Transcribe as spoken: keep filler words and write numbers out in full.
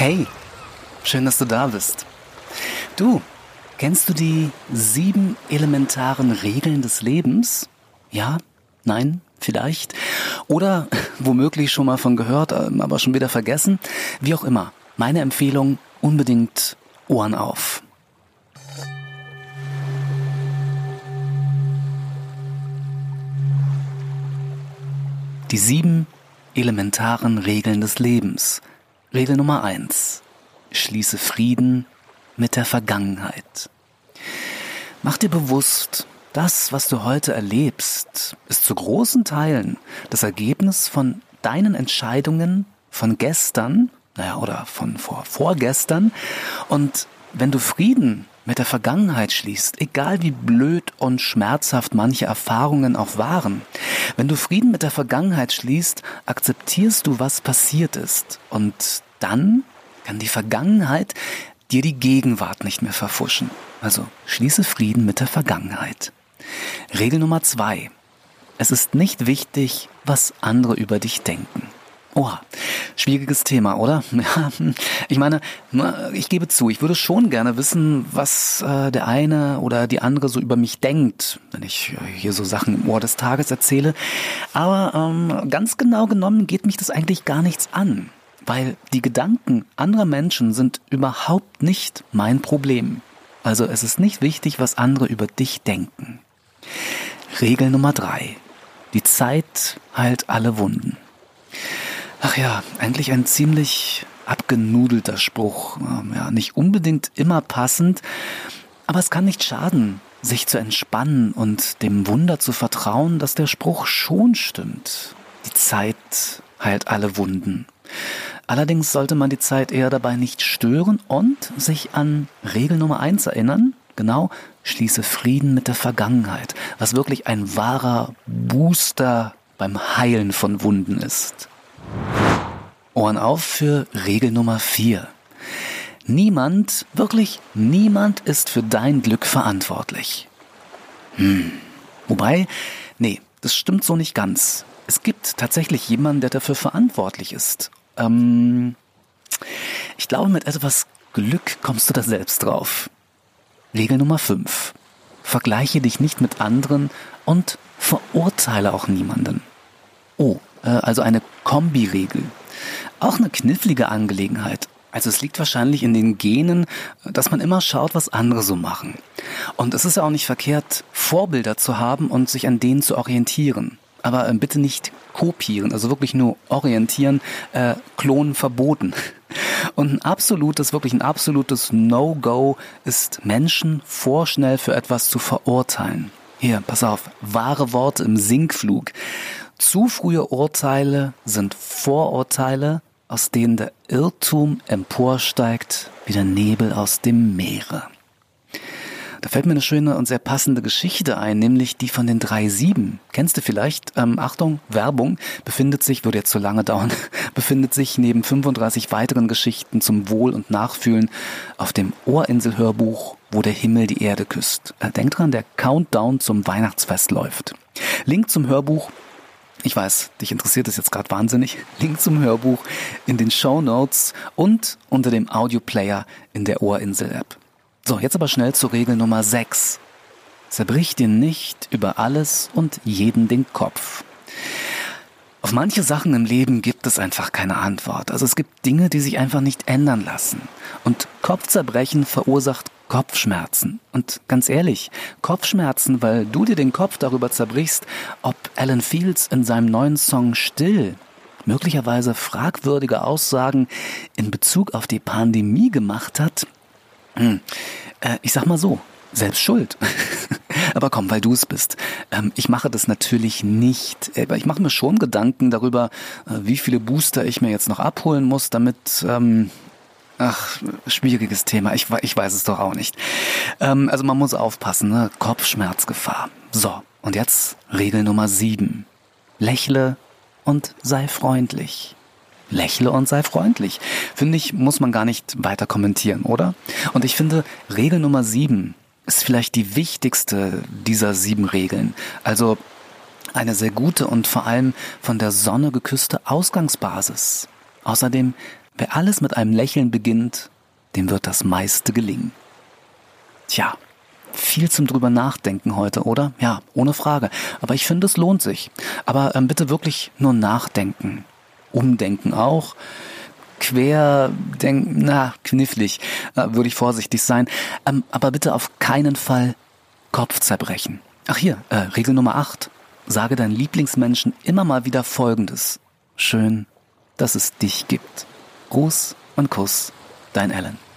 Hey, schön, dass du da bist. Du, kennst du die sieben elementaren Regeln des Lebens? Ja? Nein? Vielleicht? Oder womöglich schon mal von gehört, aber schon wieder vergessen? Wie auch immer, meine Empfehlung, unbedingt Ohren auf. Die sieben elementaren Regeln des Lebens. Regel Nummer eins. Schließe Frieden mit der Vergangenheit. Mach dir bewusst, das, was du heute erlebst, ist zu großen Teilen das Ergebnis von deinen Entscheidungen von gestern, naja, oder von vor, vorgestern. Und wenn du Frieden mit der Vergangenheit schließt, egal wie blöd und schmerzhaft manche Erfahrungen auch waren, wenn du Frieden mit der Vergangenheit schließt, akzeptierst du, was passiert ist. Und dann kann die Vergangenheit dir die Gegenwart nicht mehr verpfuschen. Also schließe Frieden mit der Vergangenheit. Regel Nummer zwei. Es ist nicht wichtig, was andere über dich denken. Oha, schwieriges Thema, oder? Ja, ich meine, ich gebe zu, ich würde schon gerne wissen, was äh, der eine oder die andere so über mich denkt, wenn ich äh, hier so Sachen im Ohr des Tages erzähle. Aber ähm, ganz genau genommen geht mich das eigentlich gar nichts an, weil die Gedanken anderer Menschen sind überhaupt nicht mein Problem. Also es ist nicht wichtig, was andere über dich denken. Regel Nummer drei. Die Zeit heilt alle Wunden. Ach ja, eigentlich ein ziemlich abgenudelter Spruch. Ja, nicht unbedingt immer passend, aber es kann nicht schaden, sich zu entspannen und dem Wunder zu vertrauen, dass der Spruch schon stimmt. Die Zeit heilt alle Wunden. Allerdings sollte man die Zeit eher dabei nicht stören und sich an Regel Nummer eins erinnern. Genau, schließe Frieden mit der Vergangenheit, was wirklich ein wahrer Booster beim Heilen von Wunden ist. Ohren auf für Regel Nummer vier. Niemand, wirklich niemand ist für dein Glück verantwortlich. Hm. Wobei, nee, das stimmt so nicht ganz. Es gibt tatsächlich jemanden, der dafür verantwortlich ist. Ähm, ich glaube, mit etwas Glück kommst du da selbst drauf. Regel Nummer fünf. Vergleiche dich nicht mit anderen und verurteile auch niemanden. Oh, äh, also eine Kombi-Regel. Auch eine knifflige Angelegenheit. Also es liegt wahrscheinlich in den Genen, dass man immer schaut, was andere so machen. Und es ist ja auch nicht verkehrt, Vorbilder zu haben und sich an denen zu orientieren. Aber äh, bitte nicht kopieren, also wirklich nur orientieren, äh, klonen verboten. Und ein absolutes, wirklich ein absolutes No-Go ist, Menschen vorschnell für etwas zu verurteilen. Hier, pass auf, wahre Worte im Sinkflug. Zu frühe Urteile sind Vorurteile, aus denen der Irrtum emporsteigt wie der Nebel aus dem Meere. Da fällt mir eine schöne und sehr passende Geschichte ein, nämlich die von den drei Sieben. Kennst du vielleicht? Ähm, Achtung, Werbung, befindet sich, würde jetzt zu lange dauern, befindet sich neben fünfunddreißig weiteren Geschichten zum Wohl- und Nachfühlen auf dem Ohrinsel-Hörbuch, wo der Himmel die Erde küsst. Äh, denk dran, der Countdown zum Weihnachtsfest läuft. Link zum Hörbuch. Ich weiß, dich interessiert es jetzt gerade wahnsinnig. Link zum Hörbuch in den Shownotes und unter dem Audioplayer in der Ohrinsel-App. So, jetzt aber schnell zur Regel Nummer sechs. Zerbrich dir nicht über alles und jeden den Kopf. Auf manche Sachen im Leben gibt es einfach keine Antwort. Also es gibt Dinge, die sich einfach nicht ändern lassen. Und Kopfzerbrechen verursacht Kopfschmerzen. Und ganz ehrlich, Kopfschmerzen, weil du dir den Kopf darüber zerbrichst, ob Alan Fields in seinem neuen Song Still möglicherweise fragwürdige Aussagen in Bezug auf die Pandemie gemacht hat. Hm. Äh, ich sag mal so, selbst schuld. Aber komm, weil du es bist. Ähm, ich mache das natürlich nicht. Aber ich mache mir schon Gedanken darüber, äh, wie viele Booster ich mir jetzt noch abholen muss, damit... Ähm, ach, schwieriges Thema. Ich, ich weiß es doch auch nicht. Ähm, also man muss aufpassen, ne? Kopfschmerzgefahr. So, und jetzt Regel Nummer sieben. Lächle und sei freundlich. Lächle und sei freundlich. Finde ich, muss man gar nicht weiter kommentieren, oder? Und ich finde, Regel Nummer sieben ist vielleicht die wichtigste dieser sieben Regeln. Also eine sehr gute und vor allem von der Sonne geküsste Ausgangsbasis. Außerdem Wer alles mit einem Lächeln beginnt, dem wird das meiste gelingen. Tja, viel zum drüber nachdenken heute, oder? Ja, ohne Frage. Aber ich finde, es lohnt sich. Aber ähm, bitte wirklich nur nachdenken. Umdenken auch. Querdenken, na, knifflig, äh, würde ich vorsichtig sein. Ähm, aber bitte auf keinen Fall Kopfzerbrechen. Ach hier, äh, Regel Nummer acht. Sage deinen Lieblingsmenschen immer mal wieder Folgendes. Schön, dass es dich gibt. Gruß und Kuss, dein Alan.